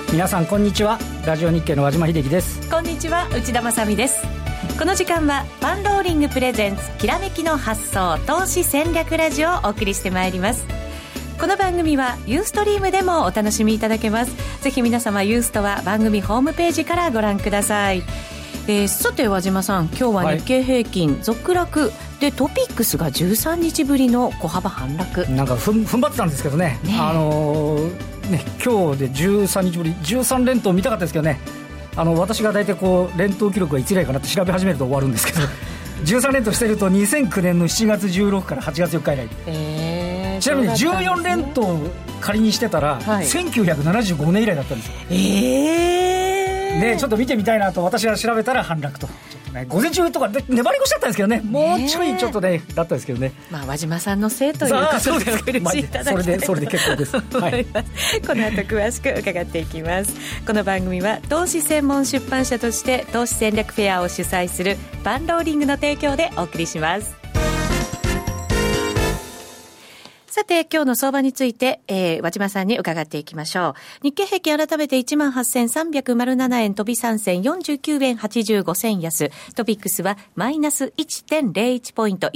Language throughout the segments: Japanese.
皆さんこんにちは。ラジオ日経の和島秀樹です。 こんにちは、内田まさみです。この時間はパンローリングプレゼンツきらめきの発想投資戦略ラジオをお送りしてまいります。この番組はユーストリームでもお楽しみいただけます。ぜひ皆様ユーストは番組ホームページからご覧ください。さて和島さん、今日は日経平均続落でトピックスが13日ぶりの小幅反落。 なんか踏ん張ってたんですけどね、今日で13日ぶり13連投見たかったですけどね、私が大体こう連投記録はいつ以来かなって調べ始めると終わるんですけど13連投してると2009年の7月16から8月4日以来、ちなみに14連投仮にしてたら、1975年以来だったんですよ。ね、ちょっと見てみたいなと私が調べたら反落と、ちょっとね、午前中とかで粘り腰だったんですけどね、もうちょいちょっとねだったんですけどね、 和島さんのせいということでお許しいただきたい、 それで結構です、はい、 この後詳しく伺っていきます。この番組は投資専門出版社として投資戦略フェアを主催するパンローリングの提供でお送りします。さて今日の相場について、和島さんに伺っていきましょう。日経平均改めて 18,307 円飛び3銭49円85銭安、トピックスはマイナス 1.01 ポイント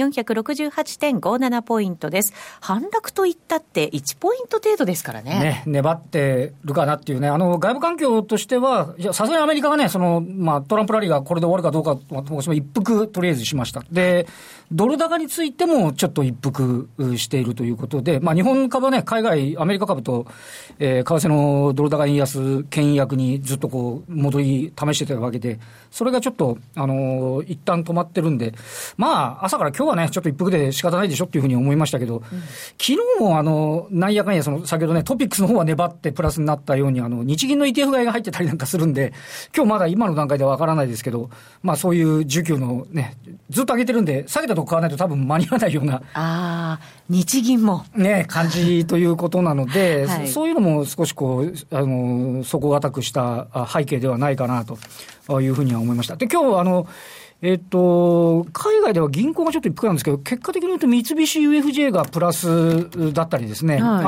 1468.57 ポイントです。反落といったって1ポイント程度ですからね。 粘ってるかなっていうね、外部環境としてはさすがにアメリカがねトランプラリーがこれで終わるかどうか私も一服とりあえずしました。でドル高についてもちょっと一服しているということで、日本株はね、海外、アメリカ株と、為替のドル高円安、牽引役にずっとこう、戻り試してたわけで、それがちょっと、一旦止まってるんで、朝から今日はね、ちょっと一服で仕方ないでしょっていうふうに思いましたけど、昨日もなんやかんや、先ほどね、トピックスの方は粘ってプラスになったように、日銀の ETF 買いが入ってたりなんかするんで、今日まだ今の段階ではわからないですけど、そういう需給のね、ずっと上げてるんで、下げたとこ買わないと多分間に合わないような。 日銀もね、感じということなので、はい、そういうのも少しこう底堅くした背景ではないかなというふうには思いました。で今日海外では銀行がちょっと一服なんですけど、結果的に言うと三菱 UFJ がプラスだったりですね、はい、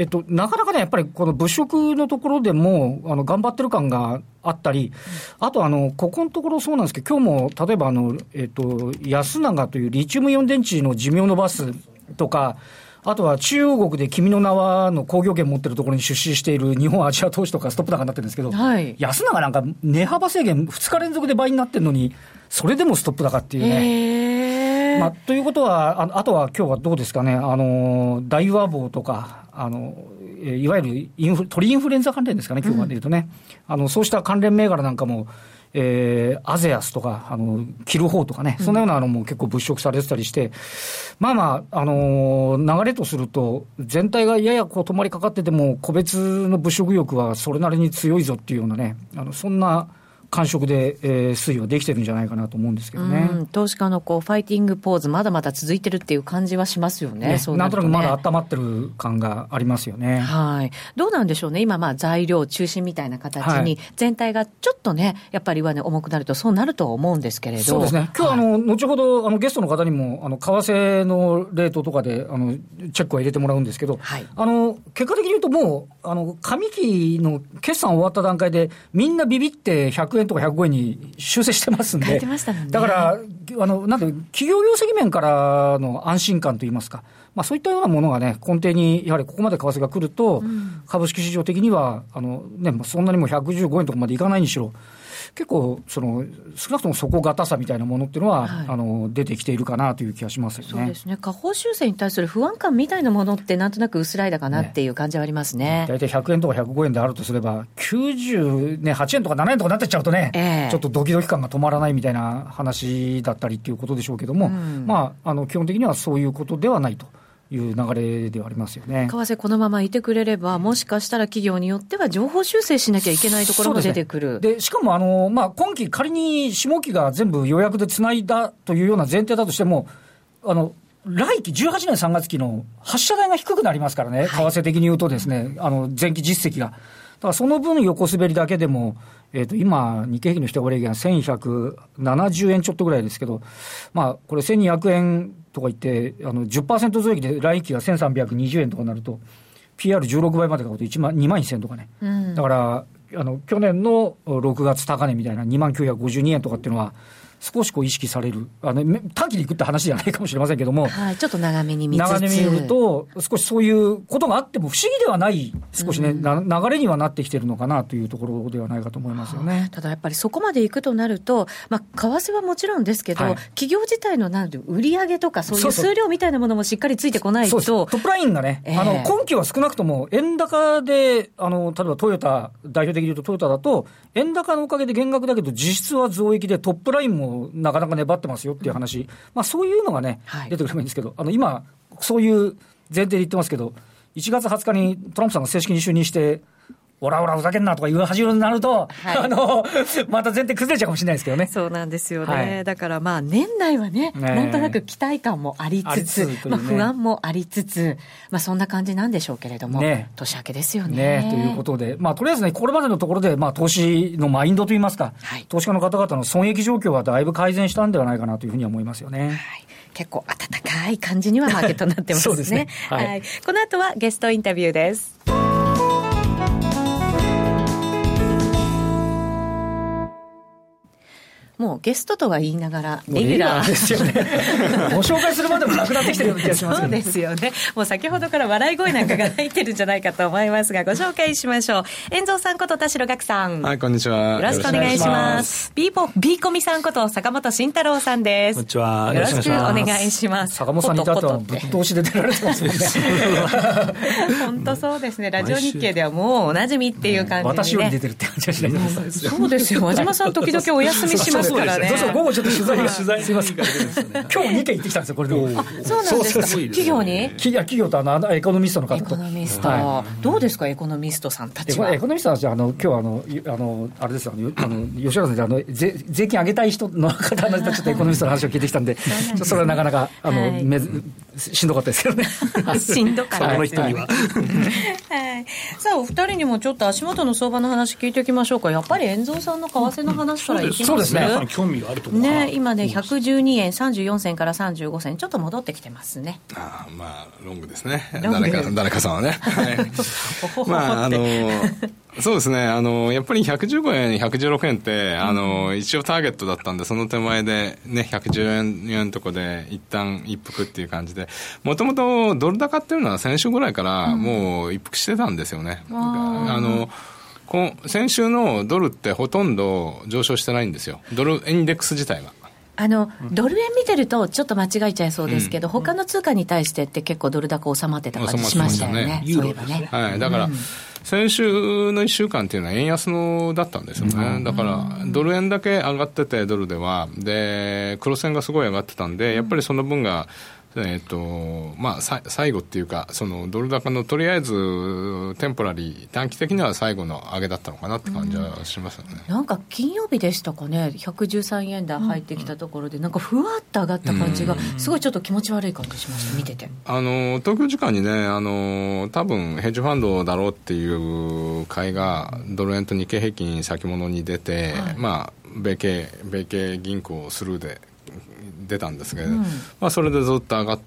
なかなかね、やっぱりこの物色のところでも頑張ってる感があったり、あとここのところそうなんですけど、今日も例えば安永というリチウムイオン電池の寿命を伸ばすとか、あとは中国で君の名はの工業権持ってるところに出資している日本アジア投資とかストップ高になってるんですけど、はい、安永なんか値幅制限2日連続で倍になってるのに、それでもストップ高っていうね。ということはあとは今日はどうですかね、大和棒とかいわゆる鳥インフルエンザ関連ですかね、今日は言うとね、そうした関連銘柄なんかもアゼアスとかキルホーとかね、そんなようなも結構物色されてたりして、流れとすると全体がややこう止まりかかってても個別の物色欲はそれなりに強いぞっていうようなね、そんな感触で、推移はできてるんじゃないかなと思うんですけどね。 投資家のこうファイティングポーズまだまだ続いてるっていう感じはしますよね。そうなるとね、 なんとなくまだ温まってる感がありますよね。 はい。どうなんでしょうね。今材料中心みたいな形に全体がちょっとね、やっぱりはね重くなるとそうなるとは思うんですけれど。 そうですね。今日後ほどゲストの方にも為替のレートとかでチェックは入れてもらうんですけど、はい、結果的に言うともう上期の決算終わった段階でみんなビビって100円とか105円に修正してますんで、だからなんて企業業績面からの安心感といいますか、そういったようなものがね根底にやはりここまで為替が来ると、株式市場的にはそんなにも115円とかまでいかないにしろ、結構少なくとも底堅さみたいなものっていうのは、はい、出てきているかなという気がしますよね。 そうですね。下方修正に対する不安感みたいなものってなんとなく薄らいだかなっていう感じはありますね。 大体100円とか105円であるとすれば98円とか7円とかなってっちゃうとね、ちょっとドキドキ感が止まらないみたいな話だったりっていうことでしょうけども、基本的にはそういうことではないという流れではありますよね。 為替このままいてくれれば、もしかしたら企業によっては情報修正しなきゃいけないところも出てくる。 でしかも今期仮に下期が全部予約でつないだというような前提だとしても、来期18年3月期の発射台が低くなりますからね、為替的に言うとですね、前期実績が。だからその分横滑りだけでも、今日経平均の下振れが1170円ちょっとぐらいですけど、これ1200円とか言って10% 増益で来期が1320円とかなると、 PR16 倍まで買うと2万1000円とかね、だから去年の6月高値みたいな2万952円とかっていうのは少しこう意識される、短期に行くって話じゃないかもしれませんけども、 はい、ちょっと長めに見つつ、 長めに見ると少しそういうことがあっても不思議ではない、少しね、流れにはなってきてるのかなというところではないかと思いますよね。 ただやっぱりそこまで行くとなると、為替はもちろんですけど、企業自体の売り上げとかそういう数量みたいなものもしっかりついてこないと、 トップラインがね、今期は少なくとも円高で、例えばトヨタ、代表的に言うとトヨタだと円高のおかげで減額だけど実質は増益でトップラインもなかなか粘ってますよっていう話、そういうのがね、出てくればいいんですけど、今そういう前提で言ってますけど、1月20日にトランプさんが正式に就任してオラオラふざけんなとか言う始めになると、また前提崩れちゃうかもしれないですけどね。 そうなんですよね、だから年内はね、なんとなく期待感もありつつ、不安もありつつ、そんな感じなんでしょうけれども、年明けですよね。 ということで、とりあえずね、これまでのところで、投資のマインドといいますか、投資家の方々の損益状況はだいぶ改善したんではないかなというふうに思いますよね。 結構温かい感じにはマーケットになってますね。 そうですね。 この後はゲストインタビューです。もうゲストとは言いながらレギュラーですよね。 ご紹介するまでもなくなってきてるような気がしますよね。そうですよね。もう先ほどから笑い声なんかが入ってるんじゃないかと思いますが、ご紹介しましょう。遠蔵さんこと田代岳さん。 はい、こんにちは。 よろしくお願いします。ビーコミさんこと坂本慎太郎さんです。 こんにちは。 よろしくお願いします。 坂本さんに至ってはぶっ通しで出られてますもんね。 本当そうですね。ラジオ日経ではもうおなじみっていう感じで、ね、 私より出てるって感じがしないですよ。 そうですよ。和島さん時々お休みしますからね。 どうぞ午後ちょっと取材すいません。今日2件行ってきたんですよこれで。 そうなんですか。企業に？ 企業とエコノミストの方と。 エコノミスト、どうですかエコノミストさんたちは。 エコノミストは今日あれですよ吉原先生税金上げたい人の方のちょっとエコノミストの話を聞いてきたんで、それはなかなかしんどかったですけどね。 しんどかった。 その人には。 さあお二人にもちょっと足元の相場の話聞いておきましょうか。やっぱり遠蔵さんの為替の話からいきます。 そうですね。 興味があると思うね、今ね112円34銭から35銭ちょっと戻ってきてますね。 ロングですね。誰かさんはね。そうですね。やっぱり115円116円って一応ターゲットだったんで、その手前でね114円のとこで一旦一服っていう感じで、もともとドル高っていうのは先週ぐらいからもう一服してたんですよね。先週のドルってほとんど上昇してないんですよ、ドルインデックス自体が。 ドル円見てるとちょっと間違えちゃいそうですけど、他の通貨に対してって結構ドル高収まってた感じしましたよね。そういえばね。 はい、だから、先週の1週間っていうのは円安のだったんですよね。だからドル円だけ上がってて、ドルではで黒線がすごい上がってたんで、やっぱりその分が最後っていうか、そのドル高のとりあえずテンポラリー短期的には最後の上げだったのかなって感じはしますよね。 なんか金曜日でしたかね、113円台入ってきたところで、なんかふわっと上がった感じがすごいちょっと気持ち悪い感じしました、見てて。東京時間にね、多分ヘッジファンドだろうっていう買いがドル円と日経平均先物に出て、米系銀行スルーで出たんですけど、それでずっと上がって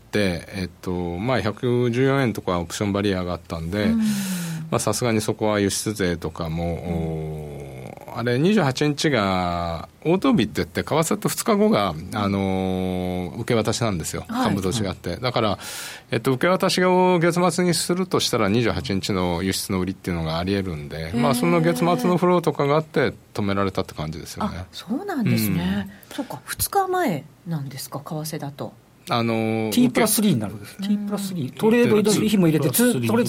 、114円とかオプションバリアがあったんで、さすがにそこは輸出税とかも、あれ28日が応答日って言って、為替と2日後が、受け渡しなんですよ、株と違って。だから、受け渡しを月末にするとしたら28日の輸出の売りっていうのがあり得るんで、その月末のフローとかがあって止められたって感じですよね。 そうなんですね。そうか、2日前なんですか、為替だと。 T プラス3になるんです。T プラス3、トレード日も入れて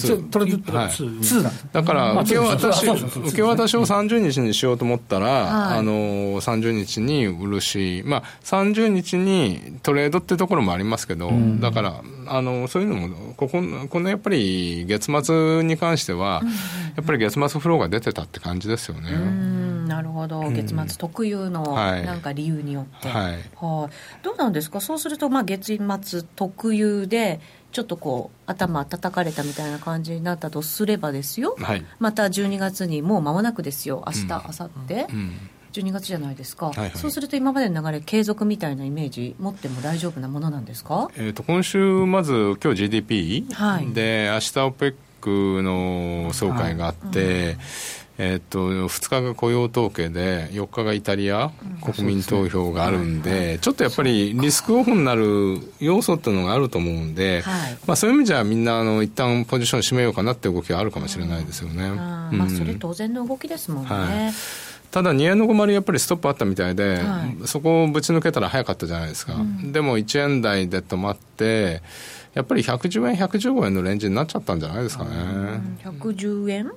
2なんです。 だから受け渡しを30日にしようと思ったら、30日に売るし、30日にトレードってところもありますけど、だからそういうのもこのやっぱり月末に関しては、やっぱり月末フローが出てたって感じですよね。 なるほど、月末特有のなんか理由によって、どうなんですか。そうすると月末特有でちょっとこう頭叩かれたみたいな感じになったとすればですよ、また12月にもう間もなくですよ、明日、明後日、12月じゃないですか、そうすると今までの流れ継続みたいなイメージ持っても大丈夫なものなんですか。 今週まず今日 GDP、で明日 OPEC クの総会があって、2日が雇用統計で4日がイタリア、国民投票があるんで、ちょっとやっぱりリスクオフになる要素っていうのがあると思うんで、そういう意味じゃみんな一旦ポジション締めようかなって動きはあるかもしれないですよね。 それ当然の動きですもんね。 ただ2円の50やっぱりストップあったみたいで、そこをぶち抜けたら早かったじゃないですか。でも1円台で止まってやっぱり110円115円のレンジになっちゃったんじゃないですかね。 110円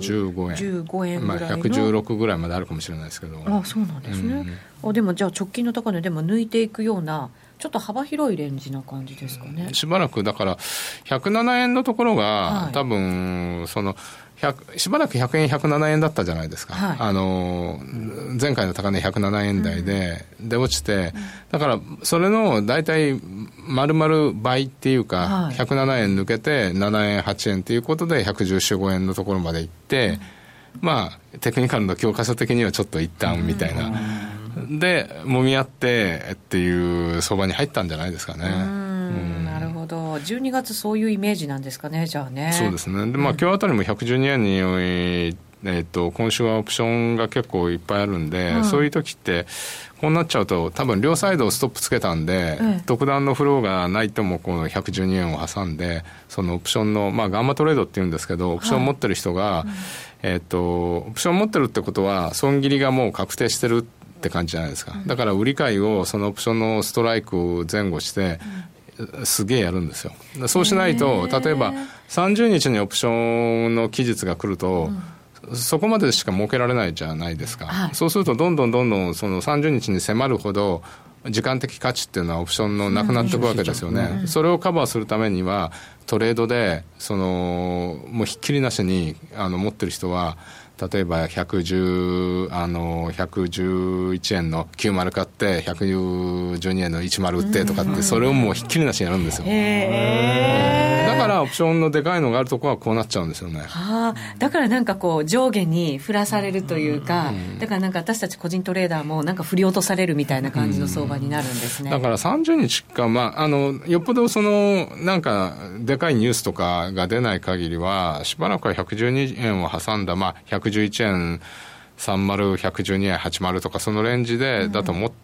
115円円ぐらいの、 116ぐらいまであるかもしれないですけど。 そうなんですね。でもじゃあ直近の高値でも抜いていくようなちょっと幅広いレンジな感じですかね。 しばらくだから107円のところが、多分しばらく100円107円だったじゃないですか、前回の高値107円台で、落ちて、だからそれの大体丸々倍っていうか、107円抜けて7円8円っていうことで114、5円のところまで行って、テクニカルの教科書的にはちょっと一旦みたいな、で揉み合ってっていう相場に入ったんじゃないですかね。 なるほど。12月そういうイメージなんですかね、じゃあね。 そうですね。で、今日あたりも112円に、今週はオプションが結構いっぱいあるんで、そういう時ってこうなっちゃうと多分両サイドをストップつけたんで、特段のフローがないともこの112円を挟んで、そのオプションの、ガンマトレードっていうんですけど、オプション持ってる人が、オプション持ってるってことは損切りがもう確定してるって感じじゃないですか。だから売り買いをそのオプションのストライク前後して、すげえやるんですよ。そうしないと、例えば30日にオプションの期日が来ると、そこまでしか設けられないじゃないですか、そうするとどんどんその30日に迫るほど時間的価値っていうのはオプションのなくなっていくわけですよね、それをカバーするためにはトレードでもうひっきりなしに持ってる人は例えば111円の90買って112円の10売ってとかって、それをもうひっきりなしにやるんですよ。だからオプションのでかいのがあるところはこうなっちゃうんですよね。 だからなんかこう上下に振らされるというか、だからなんか私たち個人トレーダーもなんか振り落とされるみたいな感じの相場になるんですね。 だから30日か、よっぽどなんかでかいニュースとかが出ない限りはしばらくは112円を挟んだ、111円30、112円80とかそのレンジでだと思って、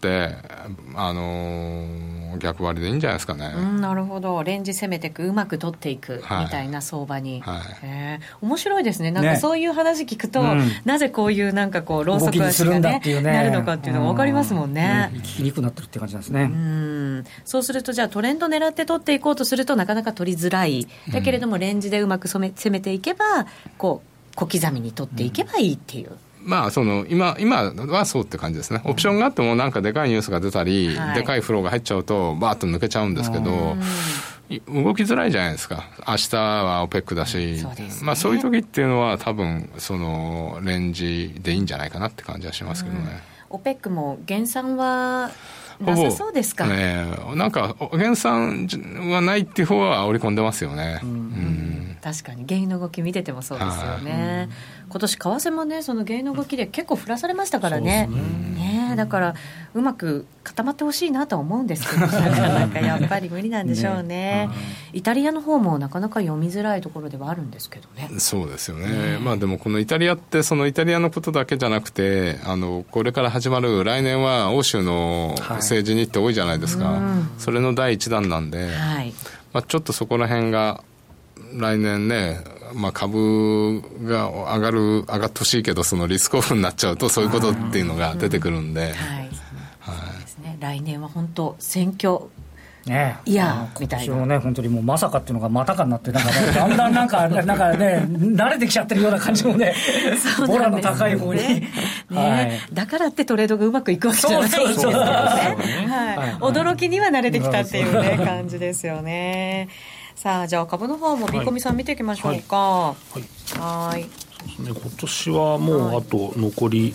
逆張りでいいんじゃないですかね。 なるほど。レンジ攻めていく、うまく取っていくみたいな相場に、面白いですね。なんかそういう話聞くと、なぜこういうなんかこうローソク足がねなるのかっていうのが分かりますもんね。 生きにくくなってるって感じなんですね。 そうするとじゃあトレンド狙って取っていこうとするとなかなか取りづらい。だけれどもレンジでうまく攻めていけばこう小刻みに取っていけばいいっていう。 今はそうって感じですね。オプションがあってもなんかでかいニュースが出たり、でかいフローが入っちゃうとバーッと抜けちゃうんですけど、動きづらいじゃないですか。明日は OPEC だし、そういう時っていうのは多分そのレンジでいいんじゃないかなって感じはしますけどね。 OPEC も減産はなさそうですか。 なんか減産はないっていう方は織り込んでますよね。 確かに原油の動き見ててもそうですよね。今年為替もねその原油の動きで結構振らされましたからね。だからうまく固まってほしいなとは思うんですけどなかなかやっぱり無理なんでしょうね。イタリアの方もなかなか読みづらいところではあるんですけどね。 そうですよね。でもこのイタリアってそのイタリアのことだけじゃなくてこれから始まる来年は欧州の政治日程多いじゃないですか、それの第一弾なんで、ちょっとそこら辺が来年ね、株が上がってほしいけどそのリスクオフになっちゃうとそういうことっていうのが出てくるんで、 来年は本当選挙いやみたいな。 今年もね本当にもうまさかっていうのがまたかになってだんだんなんかね慣れてきちゃってるような感じもねボラの高い方に、 だからってトレードがうまくいくわけじゃないんですよね。驚きには慣れてきたっていうね感じですよね。さあじゃあ株の方もビーコミさん見ていきましょうか。 今年はもうあと残り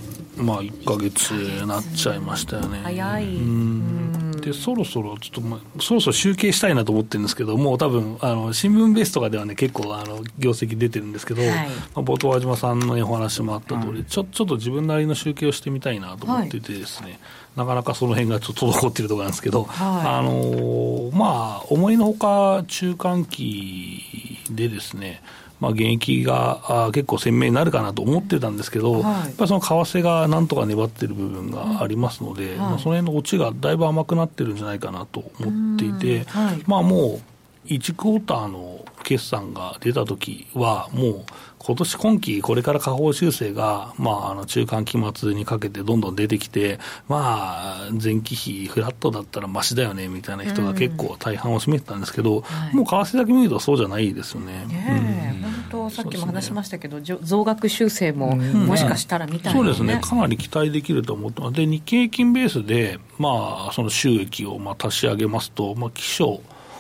1ヶ月になっちゃいましたよね。 早い。 でそろそろ集計したいなと思ってるんですけど、もう多分新聞ベースとかではね結構業績出てるんですけど、冒頭和島さんのお話もあった通り、ちょっと自分なりの集計をしてみたいなと思っててですね、なかなかその辺がちょっと滞っているところなんですけど、思いのほか中間期でですね、 減益が結構鮮明になるかなと思ってたんですけど、やっぱりその為替がなんとか粘っている部分がありますので、その辺のオチがだいぶ甘くなってるんじゃないかなと思っていて、もう1クォーターの決算が出た時はもう今期これから下方修正が、中間期末にかけてどんどん出てきて、前期比フラットだったらマシだよねみたいな人が結構大半を占めてたんですけど、もう為替だけ見るとそうじゃないですよね。 本当さっきも話しましたけど、増額修正ももしかしたらみたいな、 そうですね、かなり期待できると思ってます。で、日経平均ベースで、その収益を足し上げますと、期初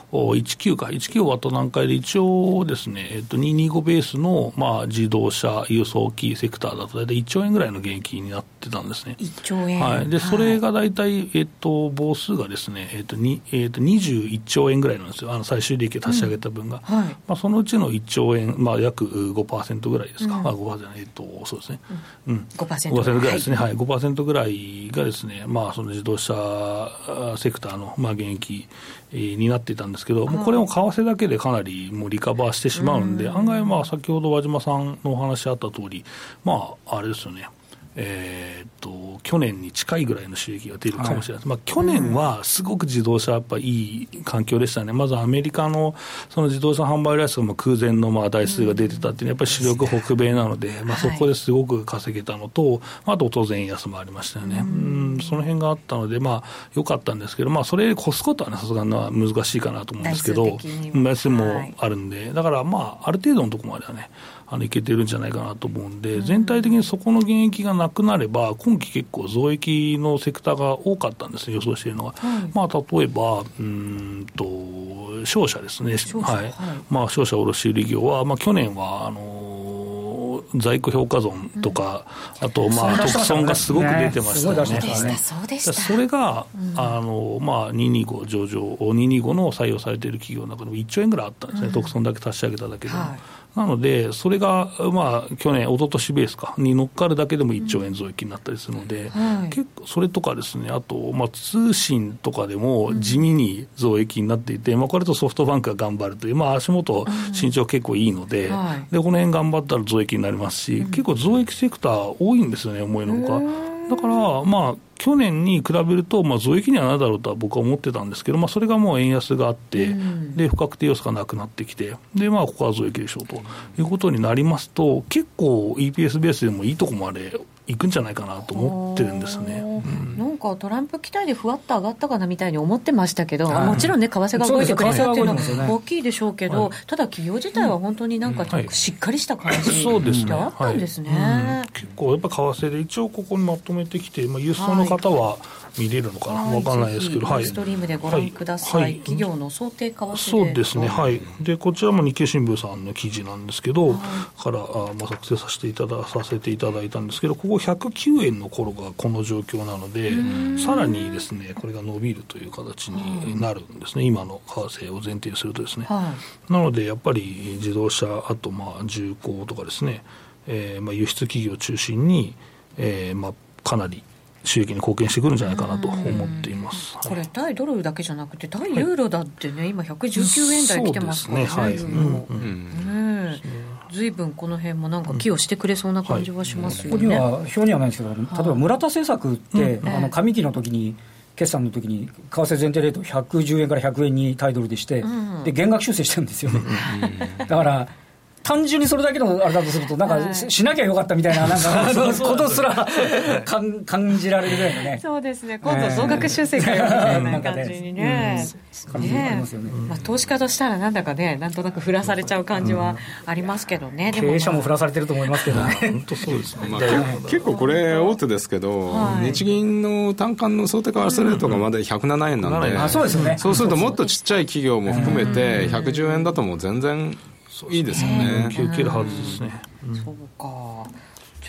19終わった段階で一応ですね、225ベースの自動車輸送機セクターだと大体1兆円ぐらいの減益になってたんですね。 1兆円、 でそれが大体、母数がですね、21兆円ぐらいなんですよ、最終利益を足し上げた分が、そのうちの1兆円、約 5% ぐらいですか、5%じゃない、そうですね、5% ぐらいですね、5% ぐらいがですね、その自動車セクターの減益になっていたんですけど、もうこれも為替だけでかなりもうリカバーしてしまうんで、案外先ほど和島さんのお話あった通り、あれですよね、去年に近いぐらいの収益が出るかもしれないです、去年はすごく自動車やっぱいい環境でしたね。まずアメリカのその自動車販売台数が空前の台数が出てたっていうのはやっぱり主力北米なので、そこですごく稼げたのと、あと当然円安もありましたよね。その辺があったので良かったんですけど、それ越すことはねさすがに難しいかなと思うんですけど、台数もあるんで、だからある程度のところまではねいけてるんじゃないかなと思うんで、全体的にそこの減益がなくなれば今期結構増益のセクターが多かったんですね、予想しているのが、例えば商社ですね、商社卸売業は、去年は在庫評価損とか、あと特損がすごく出てましたよね。それが、225上場225の採用されている企業の中でも1兆円ぐらいあったんですね、特損だけ足し上げただけでも。なので、それが、去年、一昨年ベースに乗っかるだけでも1兆円増益になったりするので、結構それとかですね、あと、通信とかでも地味に増益になっていて、これとソフトバンクが頑張るという、足元、身長結構いいので、で、この辺頑張ったら増益になりますし、結構増益セクター多いんですよね、思いのほか。だから、去年に比べると、増益にはなるだろうとは僕は思ってたんですけど、それがもう円安があって、で不確定要素がなくなってきて、でここは増益でしょうということになりますと、結構 EPS ベースでもいいとこまでいくんじゃないかなと思ってるんですね。 なんかトランプ期待でふわっと上がったかなみたいに思ってましたけど、もちろんね為替が動いてくれたっていうのは大きいでしょうけど、ただ企業自体は本当になんかしっかりした感じであったんですね。 結構やっぱ為替で一応ここにまとめてきて、輸出の方は見れるのかな、分からないですけど、 ストリームでご覧ください。企業の想定為替で、 そうですね、でこちらも日経新聞さんの記事なんですけど、から作成させていただいたんですけど、ここ109円の頃がこの状況なので、さらにですねこれが伸びるという形になるんですね、今の為替を前提にするとですね、なのでやっぱり自動車、あと重工とかですね、輸出企業を中心に、かなり収益に貢献してくるんじゃないかなと思っています。 これ対ドルだけじゃなくて対ユーロだってね、今119円台来てますからね。ずいぶんこの辺もなんか寄与してくれそうな感じはしますよね。 ここには表にはないんですけど、例えば村田製作って、上期の時に決算の時に為替前提レート110円から100円に対ドルでして、で減額修正してるんですよね。だから単純にそれだけのあれだとすると、なんかしなきゃよかったみたいな、なんかことすら感じられるぐらいのね。 そうですね、今度増額修正かよみたいな感じにね、投資家としたらなんだかね、なんとなく振らされちゃう感じはありますけどね。 経営者も振らされてると思いますけどね。 本当そうですね。 結構これ大手ですけど、日銀の短観の想定為替レートがまだ107円なんで、 そうですよね。 そうするともっとちっちゃい企業も含めて110円だともう全然いいですよね。 受けるはずですね。 そうか。ち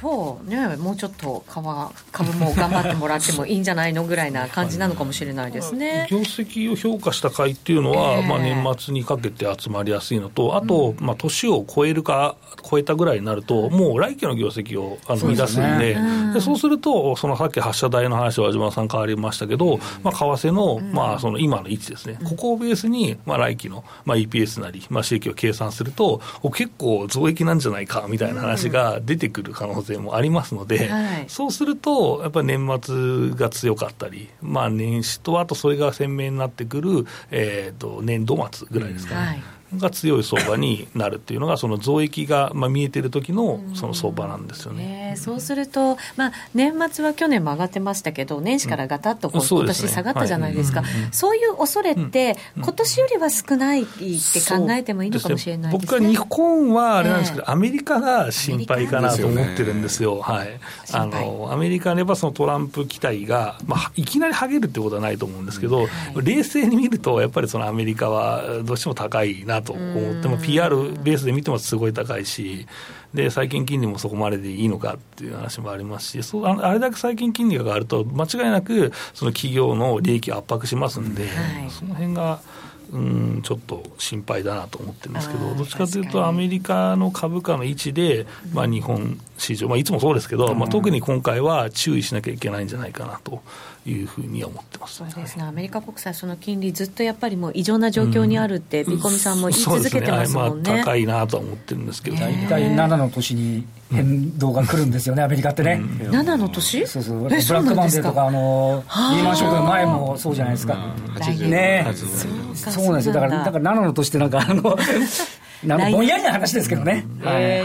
そうね、もうちょっと株も頑張ってもらってもいいんじゃないのぐらいな感じなのかもしれないですね。 業績を評価した買いっていうのは、年末にかけて集まりやすいのと、あと、年を超えたぐらいになると、もう来期の業績を見出すんで、そうすると、そのさっき発射台の話は和島さん変わりましたけど、為替の、その今の位置ですね、ここをベースに、来期の、EPS なり、収益を計算すると、結構増益なんじゃないかみたいな話が出てくる可能性もありますので、そうすると、やっぱり年末が強かったり、年始と、あとそれが鮮明になってくる、年度末ぐらいですかね。が強い相場になるっていうのが、その増益が見えてる時のその相場なんですよね。 そうすると、年末は去年も上がってましたけど、年始からガタッと今年下がったじゃないですか。そういう恐れって今年よりは少ないって考えてもいいのかもしれないですね。 僕は日本はあれなんですけど、アメリカが心配かなと思ってるんですよ。アメリカではそのトランプ期待が、いきなり剥げるってことはないと思うんですけど、冷静に見るとやっぱりそのアメリカはどうしても高いなと思っても、PR ベースで見てもすごい高いし、で債券金利もそこまででいいのかっていう話もありますし、あれだけ債券金利が上がると間違いなくその企業の利益を圧迫しますんで、その辺がちょっと心配だなと思ってるんですけど、どっちかというとアメリカの株価の位置で、日本市場、いつもそうですけど、特に今回は注意しなきゃいけないんじゃないかなというふうには思ってます。 そうですね、アメリカ国債その金利ずっとやっぱりもう異常な状況にあるってビコミさんも言い続けてますもんね。 高いなとは思ってるんですけど、 大体7の年に変動が来るんですよね、アメリカってね。 7の年？ そうそう、ブラックマンデーとかリーマンショックの前もそうじゃないですか。ね、そうなんですよ。だから7の年ってなんかぼんやりな話ですけどね。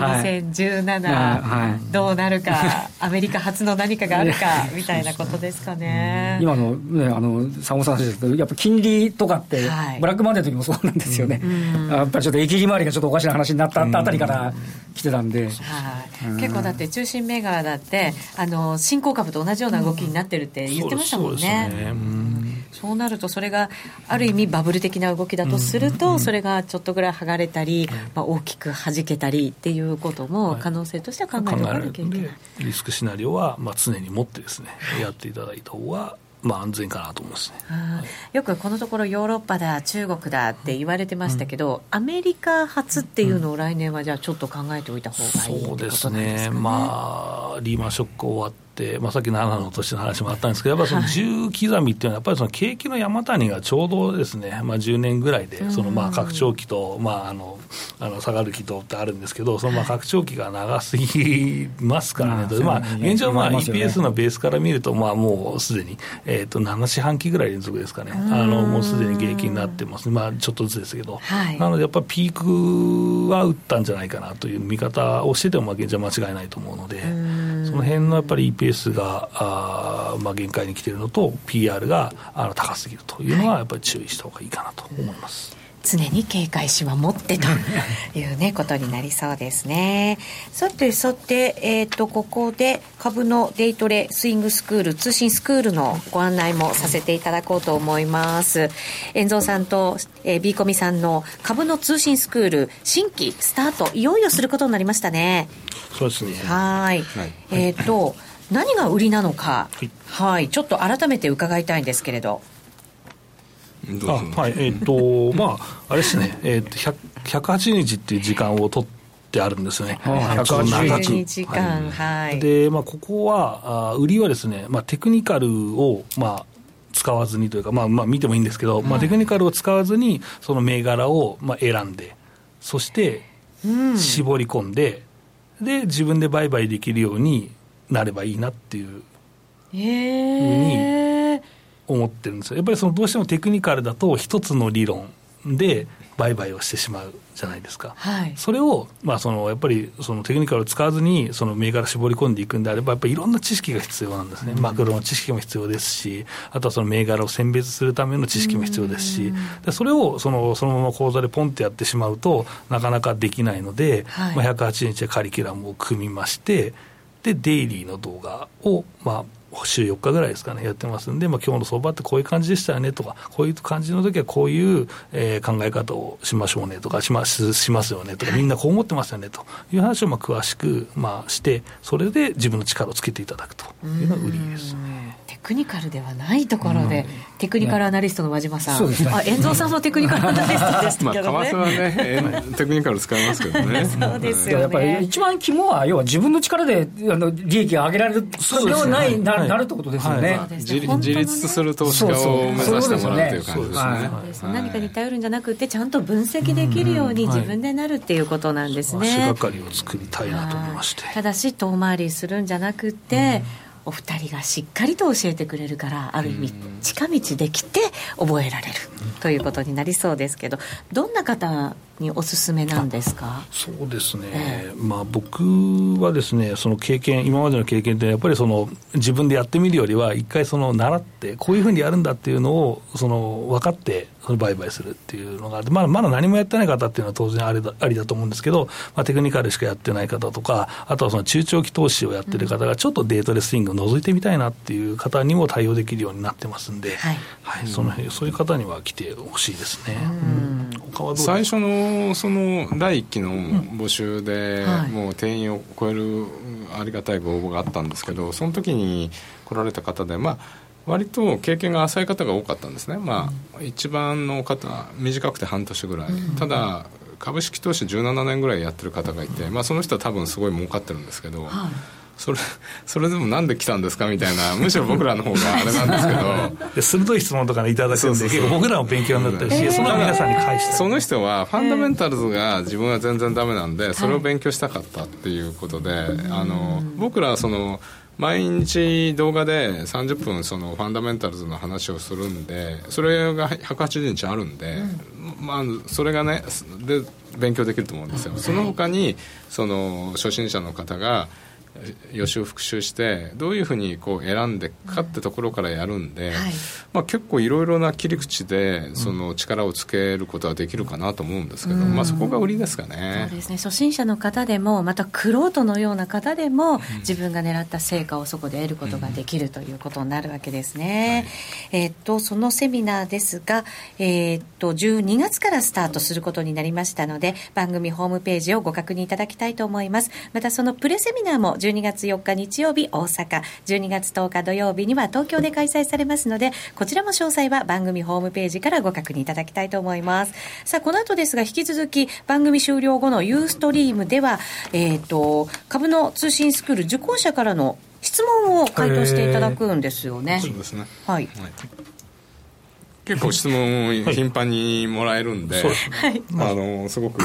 2017、どうなるか、アメリカ初の何かがあるかみたいなことですかね。 今のさんまさんの話ですけど、やっぱ金利とかってブラックマンデーの時もそうなんですよね。やっぱりちょっと駅利回りがちょっとおかしな話になったあたりから来てたんで、 結構だって中心銘柄だって新興株と同じような動きになってるって言ってましたもんね。そうなるとそれがある意味バブル的な動きだとすると、それがちょっとぐらい剥がれたり、大きく弾けたりっていうことも可能性としては考えておかなきゃいけない。 リスクシナリオは常に持ってですね、やっていただいた方が安全かなと思いますね。 よくこのところヨーロッパだ中国だって言われてましたけど、アメリカ発っていうのを来年はじゃあちょっと考えておいた方がいいってことなんですかね。 そうですね、リーマンショック終わって、さっき7の年の話もあったんですけど、やっぱりその10刻みっていうのはやっぱりその景気の山谷がちょうどですね、10年ぐらいでその拡張期と、下がる期とってあるんですけど、その拡張期が長すぎますからね。現状EPS のベースから見るともうすでに7四半期ぐらい連続ですかね。もうすでに減益になってます。ちょっとずつですけど、なのでやっぱりピークは打ったんじゃないかなという見方をしてても現状は間違いないと思うので、その辺のやっぱり EPS が限界に来ているのと PR が高すぎるというのはやっぱり注意した方がいいかなと思います。 常に警戒心は持ってというねことになりそうですね。さて、ここで株のデイトレスイングスクール通信スクールのご案内もさせていただこうと思います。遠藤さんと、ビーコミさんの株の通信スクール新規スタートいよいよすることになりましたね。 そうですね。 何が売りなのか、ちょっと改めて伺いたいんですけれど。 あれですね、108日っていう時間を取ってあるんですよね。 108日間、 で、ここは売りはですね、テクニカルを使わずにというか、見てもいいんですけど、テクニカルを使わずにその銘柄を選んで、そして絞り込んで、で自分で売買できるようになればいいなっていうふうに思ってるんですよ。やっぱりどうしてもテクニカルだと一つの理論で売買をしてしまうじゃないですか。それを、やっぱりそのテクニカルを使わずにその銘柄絞り込んでいくんであれば、やっぱりいろんな知識が必要なんですね。マクロの知識も必要ですし、あとはその銘柄を選別するための知識も必要ですし、でそれをそのまま口座でポンってやってしまうとなかなかできないので、108日はカリキュラムを組みまして、でデイリーの動画を週4日ぐらいですかねやってますんで、今日の相場ってこういう感じでしたよねとか、こういう感じの時はこういう、考え方をしましょうねとかしますよねとか、みんなこう思ってますよねという話を詳しくして、それで自分の力をつけていただくというのが売りですね。 テクニカルではないところで、テクニカルアナリストの和島さん、 そうですね、 遠藤さんもテクニカルアナリストでしたけどね。 為替はねテクニカル使いますけどねそうですよね。 やっぱり一番肝は要は自分の力で利益が上げられる、それはなるってことですよね。 自立する投資家を目指してもらうという感じですね。 何かに頼るんじゃなくて、ちゃんと分析できるように自分でなるっていうことなんですね。 足がかりを作りたいなと思いまして、 ただし遠回りするんじゃなくて、お二人がしっかりと教えてくれるから、ある意味近道できて覚えられるということになりそうですけど、どんな方におすすめなんですか？ そうですね、僕はですね、その経験、今までの経験ってやっぱり自分でやってみるよりは一回習ってこういうふうにやるんだっていうのを分かって売買するっていうのがあって、まだ何もやってない方っていうのは当然ありだと思うんですけど、テクニカルしかやってない方とか、あとは中長期投資をやってる方がちょっとデートレスイングを覗いてみたいなっていう方にも対応できるようになってますんで、そういう方には来てほしいですね。他はどうですか？ 最初のその第1期の募集で、もう定員を超えるありがたいご応募があったんですけど、その時に来られた方で、割と経験が浅い方が多かったんですね。一番の方短くて半年ぐらい、ただ株式投資17年ぐらいやってる方がいて、その人は多分すごい儲かってるんですけど、それでもなんで来たんですかみたいな、むしろ僕らの方があれなんですけど鋭い質問とかいただくんで、結構僕らも勉強になったりし、その皆さんに返して、 その人はファンダメンタルズが自分は全然ダメなんで、それを勉強したかったっていうことで、僕らは毎日動画で30分ファンダメンタルズの話をするんで、それが180日あるんで、それがねで勉強できると思うんですよ。その他に初心者の方が予習復習してどういうふうに選んでいくかってところからやるんで、結構いろいろな切り口で力をつけることはできるかなと思うんですけど、そこが売りですかね。 そうですね、初心者の方でもまた玄人のような方でも、自分が狙った成果をそこで得ることができるということになるわけですね。そのセミナーですが、12月からスタートすることになりましたので、番組ホームページをご確認いただきたいと思います。またそのプレセミナーも12月4日日曜日大阪、12月10日土曜日には東京で開催されますので、こちらも詳細は番組ホームページからご確認いただきたいと思います。さあ、この後ですが、引き続き番組終了後のユーストリームでは、株の通信スクール受講者からの質問を回答していただくんですよね。 そうですね、 はい、 結構質問を頻繁にもらえるんで、すごく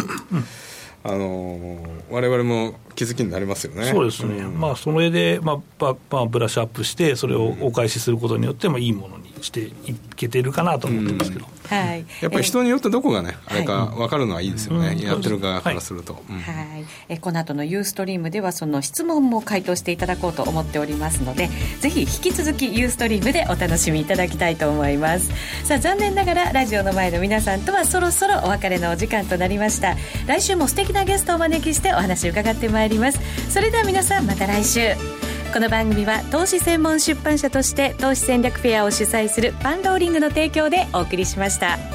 我々も気づきになりますよね。 そうですね、それで、ブラッシュアップしてそれをお返しすることによって、いいものにしていけてるかなと思ってますけど、 やっぱり人によってどこがね、あれか分かるのはいいですよね、やってる側からすると。 この後のユーストリームではその質問も回答していただこうと思っておりますので、ぜひ引き続きユーストリームでお楽しみいただきたいと思います。さあ、残念ながらラジオの前の皆さんとはそろそろお別れのお時間となりました。来週も素敵なゲストをお招きしてお話を伺ってまいります。それでは皆さん、また来週。この番組は投資専門出版社として投資戦略フェアを主催するパンローリングの提供でお送りしました。